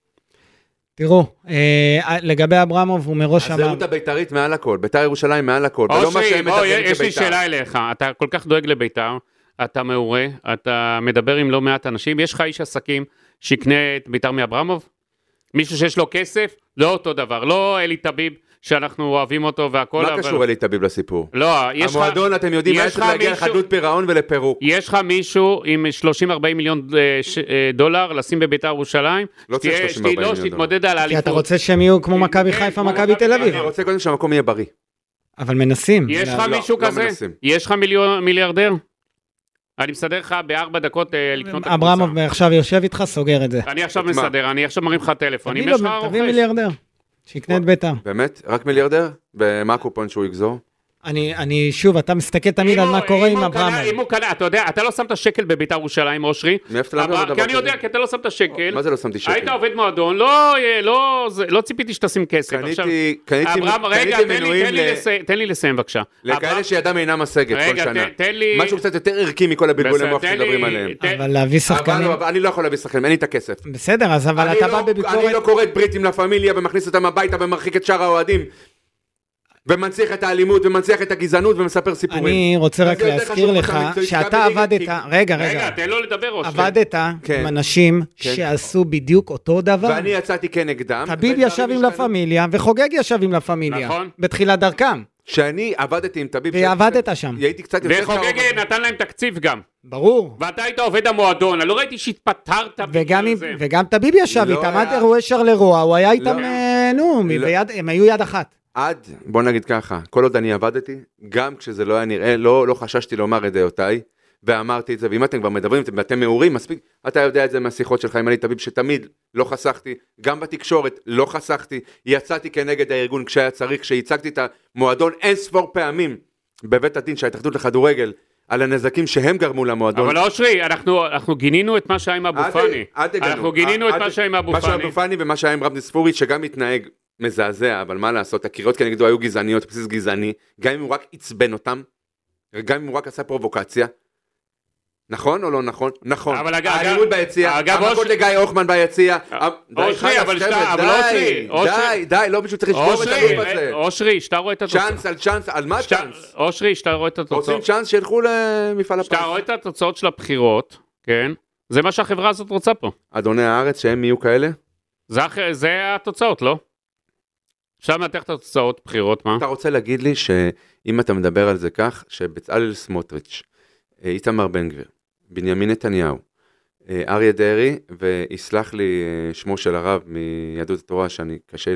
תראו, לגבי אברמוב הוא מראש אמר... הזהות הבית"רית מעל הכל, בית"ר ירושלים מעל הכל. אושרי, יש לי שאלה אליך, אתה כל כך דואג לבית"ר, אתה מעורה, אתה מדבר עם לא מעט אנשים, יש לך איש עסקים שיקנה את בית"ר מאברמוב? מישהו שיש לו כסף? לא אותו דבר, לא אלי טביב שאנחנו אוהבים אותו והכל, מה קשור אלי טביב לסיפור? לא, יש לך... המועדון, אתם יודעים, היה צריך להגיע לחדלות פירעון ולפירוק. יש לך מישהו עם 30-40 מיליון דולר לשים בביתר ירושלים? לא צריך 30-40 מיליון דולר. שתתמודד על כי האליפות. אתה רוצה שהם יהיו כמו מכבי חיפה, מכבי תל אביב. אני רוצה קודם שהמקום יהיה בריא. אבל מנסים. יש לך מישהו לא כזה? מנסים. יש לך מיליארדר? אני מסדר לך ב4 דקות לקנות את הקבוצה. אברמוב עכשיו יושב איתך, סוגר את זה. אני עכשיו מסדר, אני עכשיו מרים לך טלפון. תביא מיליארדר, שיקנה את ביתר. באמת? רק מיליארדר? ומה הקופון שהוא יגזור? אני שוב, אתה מסתכל תמיד על מה קורה עם אברמוב. אם הוא קנה, אתה יודע, אתה לא שמת שקל בביתר ירושלים, אושרי. מאיפה אתה לא יודע? כי אני יודע, כי אתה לא שמת שקל. מה זה לא שמתי שקל? היית עובד מועדון, לא ציפיתי שתשים כסף. קניתי מנויים תן לי לסיים בבקשה. לכאלה שידם אינה משגת כל שנה. תן לי... משהו קצת יותר ערכי מכל הבלבולי מוח שמדברים עליהם. אבל להביא שחקנים... אני לא יכול להביא שחקנים, אין לי את הכסף. בסדר, אז אבל אתה בא בביקורת... אני לא קורא בריטים לפמיליה ומכניס אותם הביתה ומרחיק את שאר האוהדים. ומנציח את האלימות ומנציח את הגזענות ומספר סיפורים. אני רוצה רק להזכיר לך שאתה עבדת, רגע, תן לו לדבר אושרי. עבדת עם אנשים שעשו בדיוק אותו דבר. ואני יצאתי כנגדם. טביב ישב עם לה פמיליה וחוגג ישב עם לה פמיליה. נכון. בתחילת דרכם. שאני עבדתי עם טביב. ועבדת שם. הייתי קצת יותר... וחוגג נתן להם תקציב גם. ברור. ואתה היית עובד המועדון, אני לא ראיתי שהתפטרת. וגם טביב ישב איתם, הוא ישר לרוע, הוא היה איתם, הם היו יד אחת. בוא נגיד ככה, כל עוד אני עבדתי, גם כשזה לא היה נראה, לא חששתי לומר את דעותיי, ואמרתי את זה, ואם אתם כבר מדברים, ואתם מעורים מספיק, אתה יודע את זה מהשיחות שלך עם אלי טביב, שתמיד לא חסכתי, גם בתקשורת לא חסכתי, יצאתי כנגד הארגון כשהיה צריך, כשייצגתי את המועדון אין ספור פעמים, בבית הדין שההתאחדות לכדורגל, על הנזקים שהם גרמו למועדון. אבל אושרי, אנחנו גינינו את מה שהיה עם אבו פאני. אנחנו גינינו את מה שהיה עם אבו פאני. מה שהיה עם אבו פאני ומה שהיה עם רב נספורי, שגם מתנהג מזעזע, אבל מה לעשות, הקריאות כנגדו היו גזעניות, בסיס גזעני, גם אם הוא רק עצבן אותם, גם אם הוא רק עשה פרובוקציה, נכון או לא נכון? נכון. האלימות ביציאה, המכות לגיא אוכמן ביציאה, די, לא בשביל צריך לשבור את הגוף הזה. אושרי, שאתה רואה את התוצאות. צ'אנס על צ'אנס, על מה צ'אנס? אושרי, שאתה רואה את התוצאות. רוצים צ'אנס שילכו למפעל הפעם. שאתה רואה את התוצאות של הבחירות, כן? זה מה שהחברה הזאת רוצה פה. אדוני הארץ, שהם יהיו כאלה? זה התוצאות, לא? עכשיו נתח את התוצאות, בחירות, מה? אתה רוצה להגיד לי שאם אתה מדבר על זה כך, שבצלאל סמוטריץ', איתמר בן גביר, בנימין נתניהו, אריה דרעי, ויסלח לי שמו של הרב מיהדות התורה, שאני קשה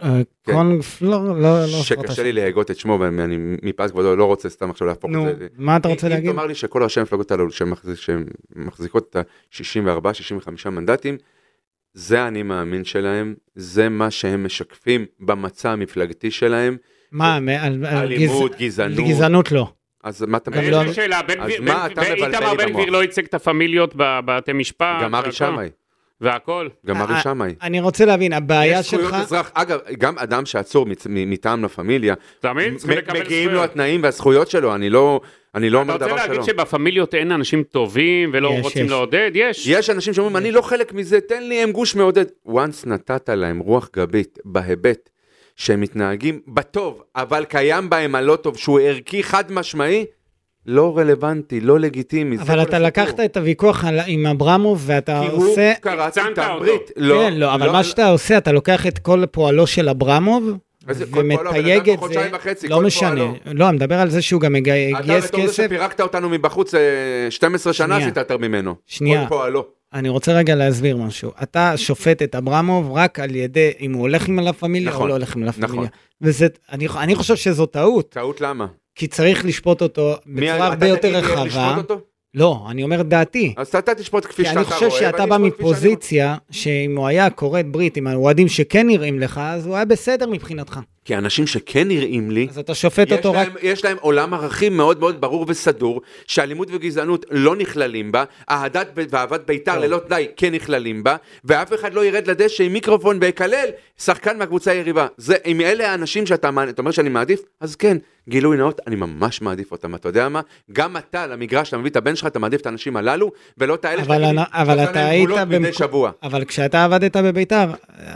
לי... שקשה לי להגות את שמו, ואני מפאת כבודו לא רוצה סתם עכשיו להפוך את זה. מה אתה רוצה להגיד? אם תאמר לי שכל ראשי המפלגות הללו, שמחזיקות את ה-64-65 מנדטים, זה אני מאמין שלהם, זה מה שהם משקפים במצע המפלגתי שלהם. מה? אלימות, גזענות. גזענות לא. אז מה אתה מבלבל? יש לי שאלה, איתמר בן גביר לא ייצג את הפמיליות בבתי משפט. גם ארי שמאי. והכל. גם ארי שמאי. אני רוצה להבין, הבעיה שלך... אגב, גם אדם שעצור מטעם לפמיליה, מגיעים לו התנאים והזכויות שלו, אני לא אומר דבר שלו. אתה רוצה להגיד שבפמיליות אין אנשים טובים ולא רוצים לעודד? יש אנשים שאומרים, אני לא חלק מזה, תן לי הם גוש מעודד. once נתת להם רוח גבית בהיבט שהם מתנהגים בטוב, אבל קיים בהם הלא טוב, שהוא ערכי חד משמעי, לא רלוונטי, לא לגיטימי. אבל אתה לקחת את הוויכוח עם אברמוב ואתה עושה... כי הוא קראת את הברית. כן, לא, אבל מה שאתה עושה, אתה לוקח את כל פועלו של אברמוב, ומתייג את זה, לא משנה. לא, אני מדבר על זה שהוא גם גייס כסף. אתה בתור זה שפירקת אותנו מבחוץ 12 שנה עשית יותר ממנו. שנייה. אני רוצה רגע להסביר משהו. אתה שופט את אברמוב רק על ידי אם הוא הולך עם הפמיליה או לא הולך עם הפמיליה. אני חושב שזו טעות. טעות למה? כי צריך לשפוט אותו בצורה הרבה יותר רחבה. לא, אני אומר דעתי. אז אתה תשפוט כפי שאתה רואה. כי אני חושב שאתה בא מפוזיציה, שאם הוא היה קוראת ברית עם האוהדים שכן נראים לך, אז הוא היה בסדר מבחינתך. כי האנשים שכן נראים לי, אז אתה שופט אותו רק... יש להם עולם ערכים מאוד מאוד ברור וסדור, שאלימות וגזענות לא נכללים בה, אהדת ואהבת ביתר ללא תנאי כן נכללים בה, ואף אחד לא ירד לדשא עם מיקרופון ויקלל שחקן מהקבוצה היריבה. אם אלה האנשים שאתה אומר שאני מעדיף, אז כן, גילוי נאות, אני ממש מעדיף אותם. אתה יודע מה? גם אתה למגרש, אתה מביא את הבן שלך, אתה מעדיף את האנשים הללו, ולא את האלה אבל אתה היית אבל כשאתה עבדת בביתר,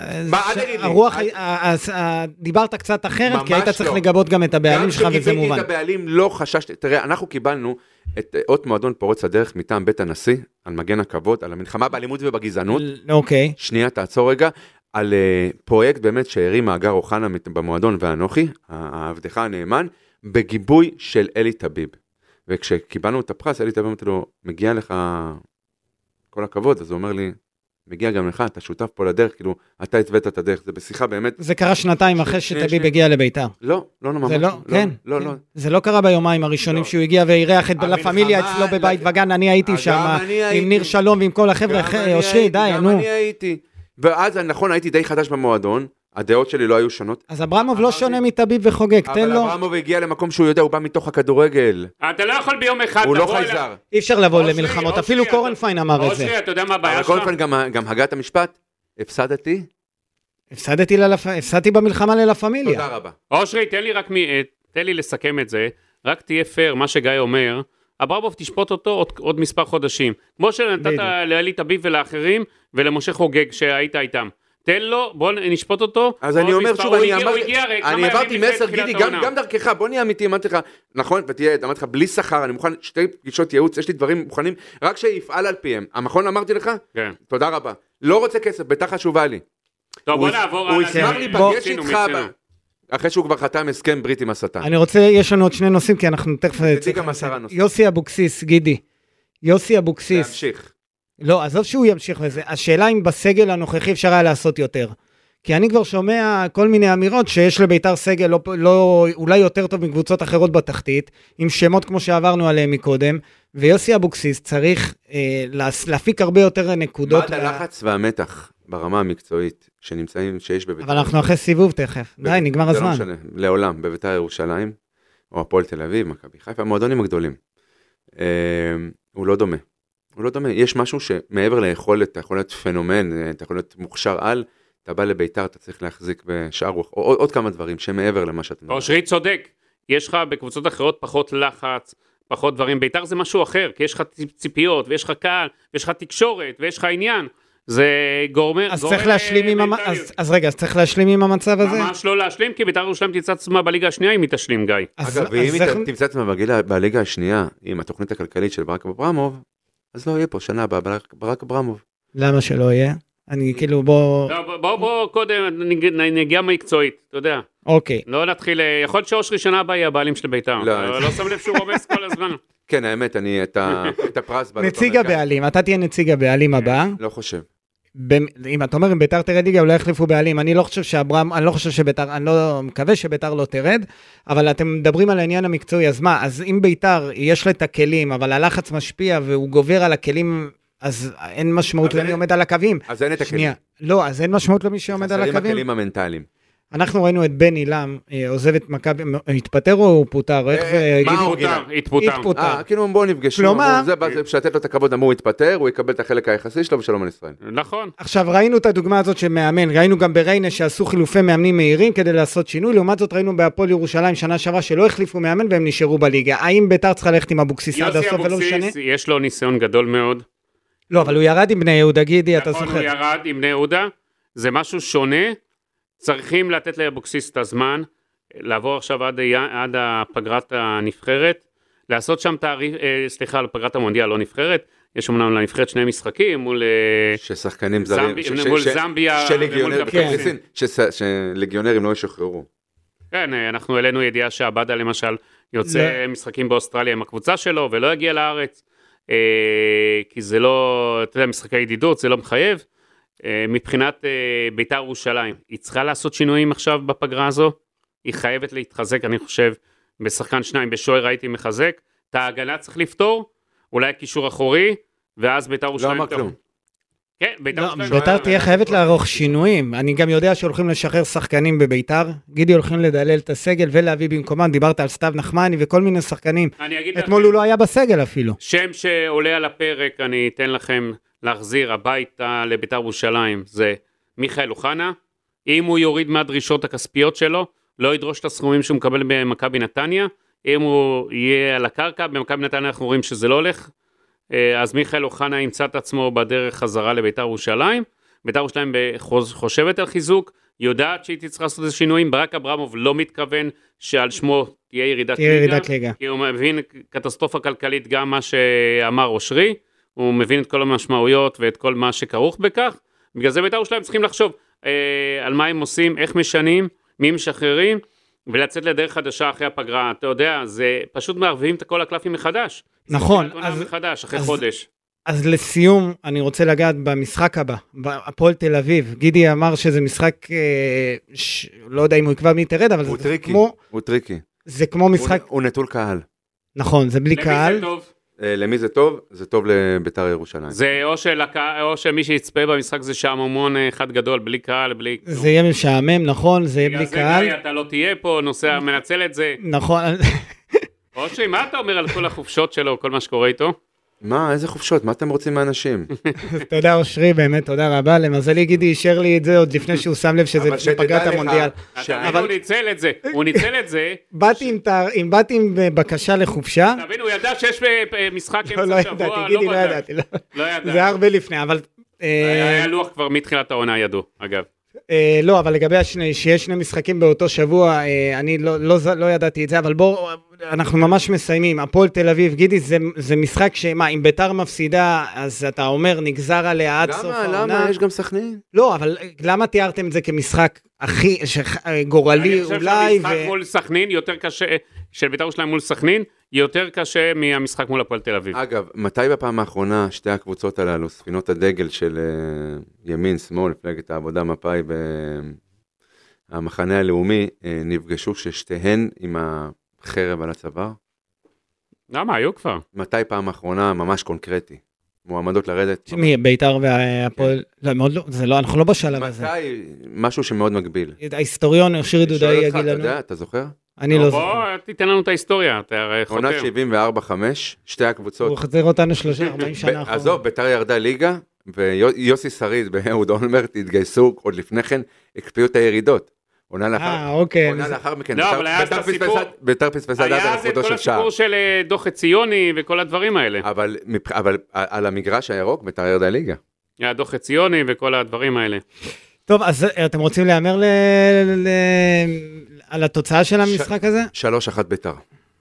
הרוח, דיברת קצת אחרת, כי היית צריך לגבות גם את הבעלים שלך, וזה מובן. גם שגיביתי את הבעלים, לא חששתי, תראה, אנחנו קיבלנו את אות מועדון פורץ הדרך מטעם בית הנשיא, על מגן הכבוד, על המלחמה באלימות ובגזענות. אוקיי. שנייה, תעצור רגע. על פרויקט באמת שהרים מאגר אוחנה במועדון ואנוכי, העבדך הנאמן, בגיבוי של אלי טביב. וכשקיבלנו את הפרס, אלי טביב אמרתי לו, מגיע לך כל הכבוד, אז הוא אומר לי, מגיע גם לך, אתה שותף פה לדרך, כאילו, אתה התווית את הדרך, זה בשיחה באמת. זה קרה שנתיים אחרי שטביב הגיע לביתר. לא, ממש. זה לא, כן. לא. זה לא קרה ביומיים הראשונים שהוא הגיע ואירח את לה פמיליה אצלו בבית וגן, אני הייתי שם, עם ניר שלום ועם כל החבר'ה, אושרי, די, נו. גם אני הייתי. ואז, נכון, הייתי די חדש במועדון, הדעות שלי לא היו שונות. אז אברמוב לא שונה מטביב וחוגג, תן לו. אבל אברמוב הגיע למקום שהוא יודע, הוא בא מתוך הכדורגל. אתה לא יכול ביום אחד... הוא לא חייזר. אי אפשר לבוא למלחמות, אפילו קורנפיין אמר את זה. אושרי, אתה יודע מה הבעיה שלך? אבל קורנפיין גם הגה את המשפט, הפסדתי במלחמה ללה פמיליה. תודה רבה. אושרי, תן לי לסכם את זה, רק תהיה פייר, מה שגיא אומר, אברמוב תשפוט אותו עוד מספר חודשים. כמו שנתת לאלי טביב ולאחרים, ולמשה חוגג שהיית איתם. תן לו, בוא נשפוט אותו. אז אני אומר שוב, אני העברתי מסר, גידי, גם דרכך, בוא נהיה אמיתי, אמרתי לך, נכון, ותהיה, אמרתי לך, בלי שכר, אני מוכן, 2 פגישות ייעוץ, יש לי דברים מוכנים, רק שיפעל על פיהם. המכון אמרתי לך? כן. תודה רבה. לא רוצה כסף, ביתה חשובה לי. טוב, בוא נעבור. הוא ישמח להיפגש איתך, אחרי שהוא כבר חתם הסכם ברית עם השטן. אני רוצה, יש לנו עוד 2 נושאים, כי אנחנו תכף... יוסי אבוקסיס, גידי. יוסי אבוקסיס. להמשיך. לא, עזוב שהוא ימשיך וזה. השאלה אם בסגל הנוכחי אפשר היה לעשות יותר. כי אני כבר שומע כל מיני אמירות שיש לביתר סגל אולי יותר טוב מקבוצות אחרות בתחתית, עם שמות כמו שעברנו עליהם מקודם, ויוסי אבוקסיס צריך להפיק הרבה יותר נקודות. מה הלחץ והמתח ברמה המקצועית שנמצאים, שיש בביתר? אבל אנחנו אחרי סיבוב תכף. די, נגמר הזמן. זה לא משנה, לעולם, בביתר ירושלים, או הפועל תל אביב, מכבי חיפה, המועדונים הגדולים. הוא לא דומה. הוא לא דומה. יש משהו שמעבר ליכולת, אתה יכול להיות פנומן, אתה יכול להיות מוכשר על, אתה בא לביתר, אתה צריך להחזיק בשאר רוח, או עוד כמה דברים שמעבר למה שאתה מדבר. אושרי צודק, יש לך בקבוצות אחרות פחות לחץ, פחות דברים, ביתר זה משהו אחר, כי יש לך ציפיות, ויש לך קהל, ויש לך תקשורת, ויש לך עניין, זה גורם... אז צריך להשלים עם אז רגע, אז צריך להשלים עם המצב הזה? ממש לא להשלים, כי ביתר ירושלים תמצא עצמה בליגה השנייה, אם היא תשלים, גיא. אגב, ואם היא תמצא עצמה בליגה השנייה, עם התוכנית הכלכלית של ברק אברמוב, אז לא יהיה פה שנה הבאה ברק אברמוב. למה שלא יהיה? אני כאילו בוא קודם נגיע מקצועית, אתה יודע. אוקיי. לא נתחיל, יכול להיות שאושרי שנה הבאה יהיה הבעלים של ביתר. לא שם לב שהוא רומס כל הזמן. כן, האמת, אני את הפרס... נציג הבעלים, אתה תהיה נציג הבעלים הבא. לא חושב. אם אתה אומר, אם ביתר תרד ליגה, אולי יחליפו בעלים. אני לא חושב שביתר, אני לא מקווה שביתר לא תרד, אבל אתם מדברים על העניין המקצועי, אז מה? אז אם ביתר יש לה את הכלים, אבל הלחץ משפיע והוא גובר על הכלים, אז אין משמעות למי עומד על הקווים. אז אין את הכלים. לא, אז אין משמעות למי שעומד על הקווים. חסרים הכלים המנטליים. אנחנו ראינו את בן אילם, עוזב את מכבי, התפטר או הוא פוטר? התפוטר. כאילו בואו נפגשו, זה שתת לו את הכבוד, אמור התפטר, הוא יקבל את החלק היחסי שלו ושלום על ישראל. נכון. עכשיו ראינו את הדוגמה הזאת שמאמן, ראינו גם בריינה שעשו חילופי מאמנים מהירים כדי לעשות שינוי, לעומת זאת ראינו בהפועל ירושלים שנה שעברה שלא החליפו מאמן והם נשארו בליגה. האם ביתר צריכה ללכת עם אבוקסיס עד הסוף ולא משנה? יש לו ניסיון גדול מאוד. לא, אבל הוא ירד עם בני יהודה, גידי, אתה זוכר. הוא ירד עם בני יהודה, זה משהו שונה, צריכים לתת לאבוקסיס את הזמן, לעבור עכשיו עד הפגרת הנבחרת, לעשות שם לפגרת המונדיאל, לא נבחרת, יש אמנם לנבחרת 2 משחקים מול... ששחקנים זרים, מול זמביה ומול קפריסין. שלגיונרים לא ישוחררו. כן, אנחנו העלינו ידיעה שעבדה למשל, יוצא משחקים באוסטרליה עם הקבוצה שלו, ולא יגיע לארץ, כי זה לא, אתה יודע, משחקי ידידות, זה לא מחייב. מבחינת ביתר ירושלים, היא צריכה לעשות שינויים עכשיו בפגרה הזו, היא חייבת להתחזק, אני חושב, בשחקן 2, בשוער ראיתי מחזק, את ההגנה צריך לפתור, אולי קישור אחורי, ואז ביתר ירושלים... לא אמר כלום. כן, ביתר תהיה חייבת לערוך שינויים, אני גם יודע שהולכים לשחרר שחקנים בביתר, גידי הולכים לדלל את הסגל ולהביא במקומן, דיברת על סתיו נחמני וכל מיני שחקנים, אתמול הוא לא היה בסגל אפילו. שם שעולה על הפרק, אני אתן לכם להחזיר הביתה לביתר ירושלים, זה מיכאל אוחנה, אם הוא יוריד מהדרישות הכספיות שלו, לא ידרוש את הסכומים שהוא מקבל במכבי נתניה, אם הוא יהיה על הקרקע, במכבי נתניה אנחנו רואים שזה לא הולך, אז מיכאל אוחנה ימצא את עצמו בדרך חזרה לביתר ירושלים, ביתר ירושלים חושבת על חיזוק, יודעת שהיא צריכה לעשות איזה שינויים, ברק אברמוב לא מתכוון שעל שמו תהיה ירידת ליגה, כי הוא מבין קטסטרופה כלכלית גם מה שאמר אושרי, הוא מבין את כל המשמעויות ואת כל מה שכרוך בכך, בגלל זה ביתר ירושלים צריכים לחשוב, על מה הם עושים, איך משנים, מי משחררים, ולצאת לדרך חדשה אחרי הפגרה. אתה יודע, זה פשוט מערבים את כל הקלפים מחדש. נכון. מחדש, אחרי חודש. אז לסיום, אני רוצה לגעת במשחק הבא, הפועל תל אביב. גידי אמר שזה משחק, לא יודע אם הוא יקבע מי תרד, אבל זה כמו... הוא טריקי. זה כמו משחק... הוא נטול קהל. נכון, זה בלי קהל. למי זה טוב? למי זה טוב? זה טוב לביתר ירושלים. זה או שמי שיצפה במשחק זה שעממון אחד גדול, בלי קהל, בלי... זה יהיה משעמם, נכון, זה יהיה בלי קהל. זה אתה לא תהיה פה, נוסע, מנצל את זה. נכון. אושרי, מה אתה אומר על כל החופשות שלו, כל מה שקורה איתו? מה, איזה חופשות? מה אתם רוצים מאנשים? תודה אושרי, באמת, תודה רבה. למזלי גידי אישר לי את זה עוד לפני שהוא שם לב שזה לפני פגרת המונדיאל. אבל הוא ניצל את זה, הוא ניצל את זה. באתי עם בקשה לחופשה. תבין, הוא ידע שיש משחק לא אמצע שבוע, ידעתי, גידי לא ידעתי. לא ידע. זה הרבה לפני, אבל... היה לוח כבר מתחילת העונה ידעו, אגב. לא, אבל לגבי שיש שני משחקים באותו שבוע, אני לא ידעתי את זה, אבל בואו, אנחנו ממש מסיימים. הפועל תל אביב, גידי, זה משחק שמה, אם ביתר מפסידה, אז אתה אומר, נגזר עליה עד סוף העונה. למה? יש גם סכנין? לא, אבל למה תיארתם את זה כמשחק הכי גורלי אולי? אני חושב שהמשחק מול סכנין יותר קשה, של ביתר ירושלים מול סכנין, יותר קשה מהמשחק מול הפועל תל אביב. אגב, מתי בפעם האחרונה שתי הקבוצות הללו, ספינות הדגל של ימין, שמאל, מפלגת העבודה, מפא"י והמחנה הלאומי, נפגשו ששתיהן עם החרב על הצוואר? למה? היו כבר. מתי פעם האחרונה ממש קונקרטי? מועמדות לרדת? מי, ביתר והפועל? לא, אנחנו לא בשלב הזה. מתי? משהו שמאוד מגביל. ההיסטוריון אושרי דודאי יגיד לנו. אתה יודע, אתה זוכר? אני לא זוכר. בוא תיתן לנו את ההיסטוריה, אתה הרי חוקר. עונה 74-5, שתי הקבוצות. הוא חזר אותנו 30-40 שנה אחורה. עזוב, ביתר ירדה ליגה, ויוסי שריד ואהוד אולמרט התגייסו עוד לפני כן, הקפיאו את הירידות. עונה לאחר מכן. לא, אבל היה את הסיפור. ביתר פספסה עד אחותו של שער. היה את כל הסיפור של דוח עציוני וכל הדברים האלה. אבל על המגרש הירוק, ביתר ירדה ליגה. היה דוח עציוני וכל הדברים האלה. טוב, אז אתם רוצים להמר על התוצאה של המשחק הזה? 3-1 ביתר.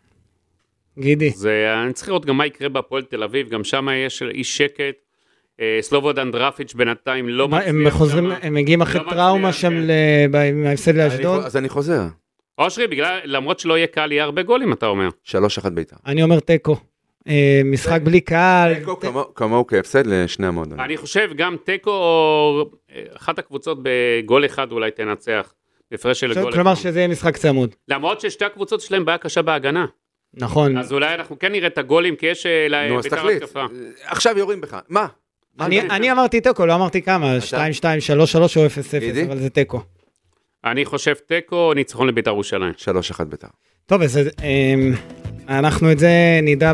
גידי. אני צריך לראות גם מה יקרה בהפועל תל אביב, גם שם יש איש שקט, סלובודן דרפיץ' בינתיים לא מצליח. הם מגיעים אחרי טראומה שם מההפסד לאשדוד? אז אני חוזר. אושרי, למרות שלא יהיה קהל, יהיה הרבה גולים, אתה אומר. 3-1 ביתר. אני אומר תיקו. משחק בלי קהל. תיקו כמוהו כהפסד לשני המועדונים. אני חושב גם תיקו או אחת הקבוצות בגול אחד אולי תנצח. הפרש של גול. כלומר שזה יהיה משחק צמוד. למרות ששתי הקבוצות שלהם בעיה קשה בהגנה. נכון. אז אולי אנחנו כן נראה את הגולים, כי יש ביתר התקפה. עכשיו יורים בך. מה? אני אמרתי תיקו, לא אמרתי כמה. 2-2, 3-3 או 0-0, אבל זה תיקו. אני חושב תיקו, ניצחון לביתר ירושלים. 3-1 ביתר. טוב, אז אנחנו את זה נדע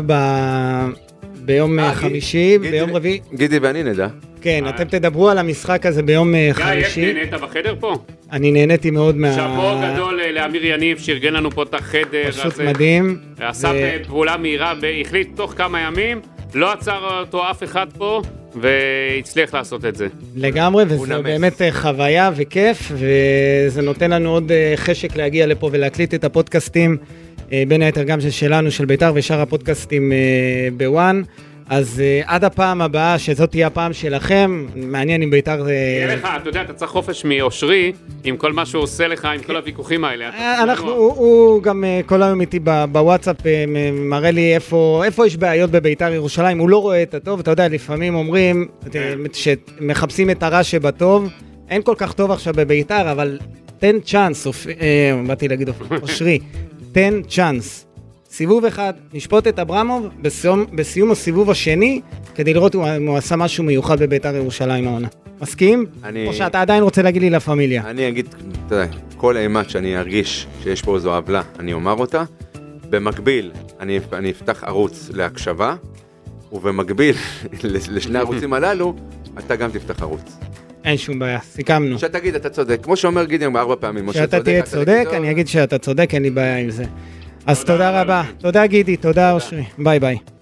ביום חמישי, ביום רביעי. גידי ואני נדע. כן, אתם תדברו על המשחק הזה ביום חמישי. גיא, איך נהנית בחדר פה? אני נהניתי מאוד שבוע גדול לאמיר יניב, שארגן לנו פה את החדר. פשוט מדהים. עשה פעולה מהירה, והחליט תוך כמה ימים, לא עצר אותו אף אחד פה, והצליח לעשות את זה. לגמרי, וזה באמת חוויה וכיף, וזה נותן לנו עוד חשק להגיע לפה ולהקליט את הפודקאסטים, בין היתר גם שלנו, של ביתר, ושאר הפודקאסטים בוואן. אז עד הפעם הבאה, שזאת תהיה הפעם שלכם, מעניין אם ביתר... תהיה לך, אתה יודע, אתה צריך חופש מאושרי, עם כל מה שהוא עושה לך, עם כל הוויכוחים האלה. הוא גם כל היום איתי בוואטסאפ, מראה לי איפה יש בעיות בביתר ירושלים, הוא לא רואה את הטוב, אתה יודע, לפעמים אומרים, שמחפשים את הרע שבטוב, אין כל כך טוב עכשיו בביתר, אבל תן צ'אנס, באתי להגיד אושרי, תן צ'אנס. סיבוב אחד, נשפוט את אברמוב בסיום הסיבוב השני, כדי לראות אם הוא עשה משהו מיוחד בביתר ירושלים העונה. מסכים? או שאתה עדיין רוצה להגיד לי לפמיליה? אני אגיד, אתה יודע, כל אימת שאני ארגיש שיש פה איזו עוולה, אני אומר אותה. במקביל, אני אפתח ערוץ להקשבה, ובמקביל לשני הערוצים הללו, אתה גם תפתח ערוץ. אין שום בעיה, סיכמנו. שתגיד, אתה צודק. כמו שאומר גידי 4 פעמים. שאתה תהיה צודק, אני אגיד שאתה צודק, אין לי בעיה עם זה. אז תודה רבה. תודה גידי, תודה אושרי. ביי ביי.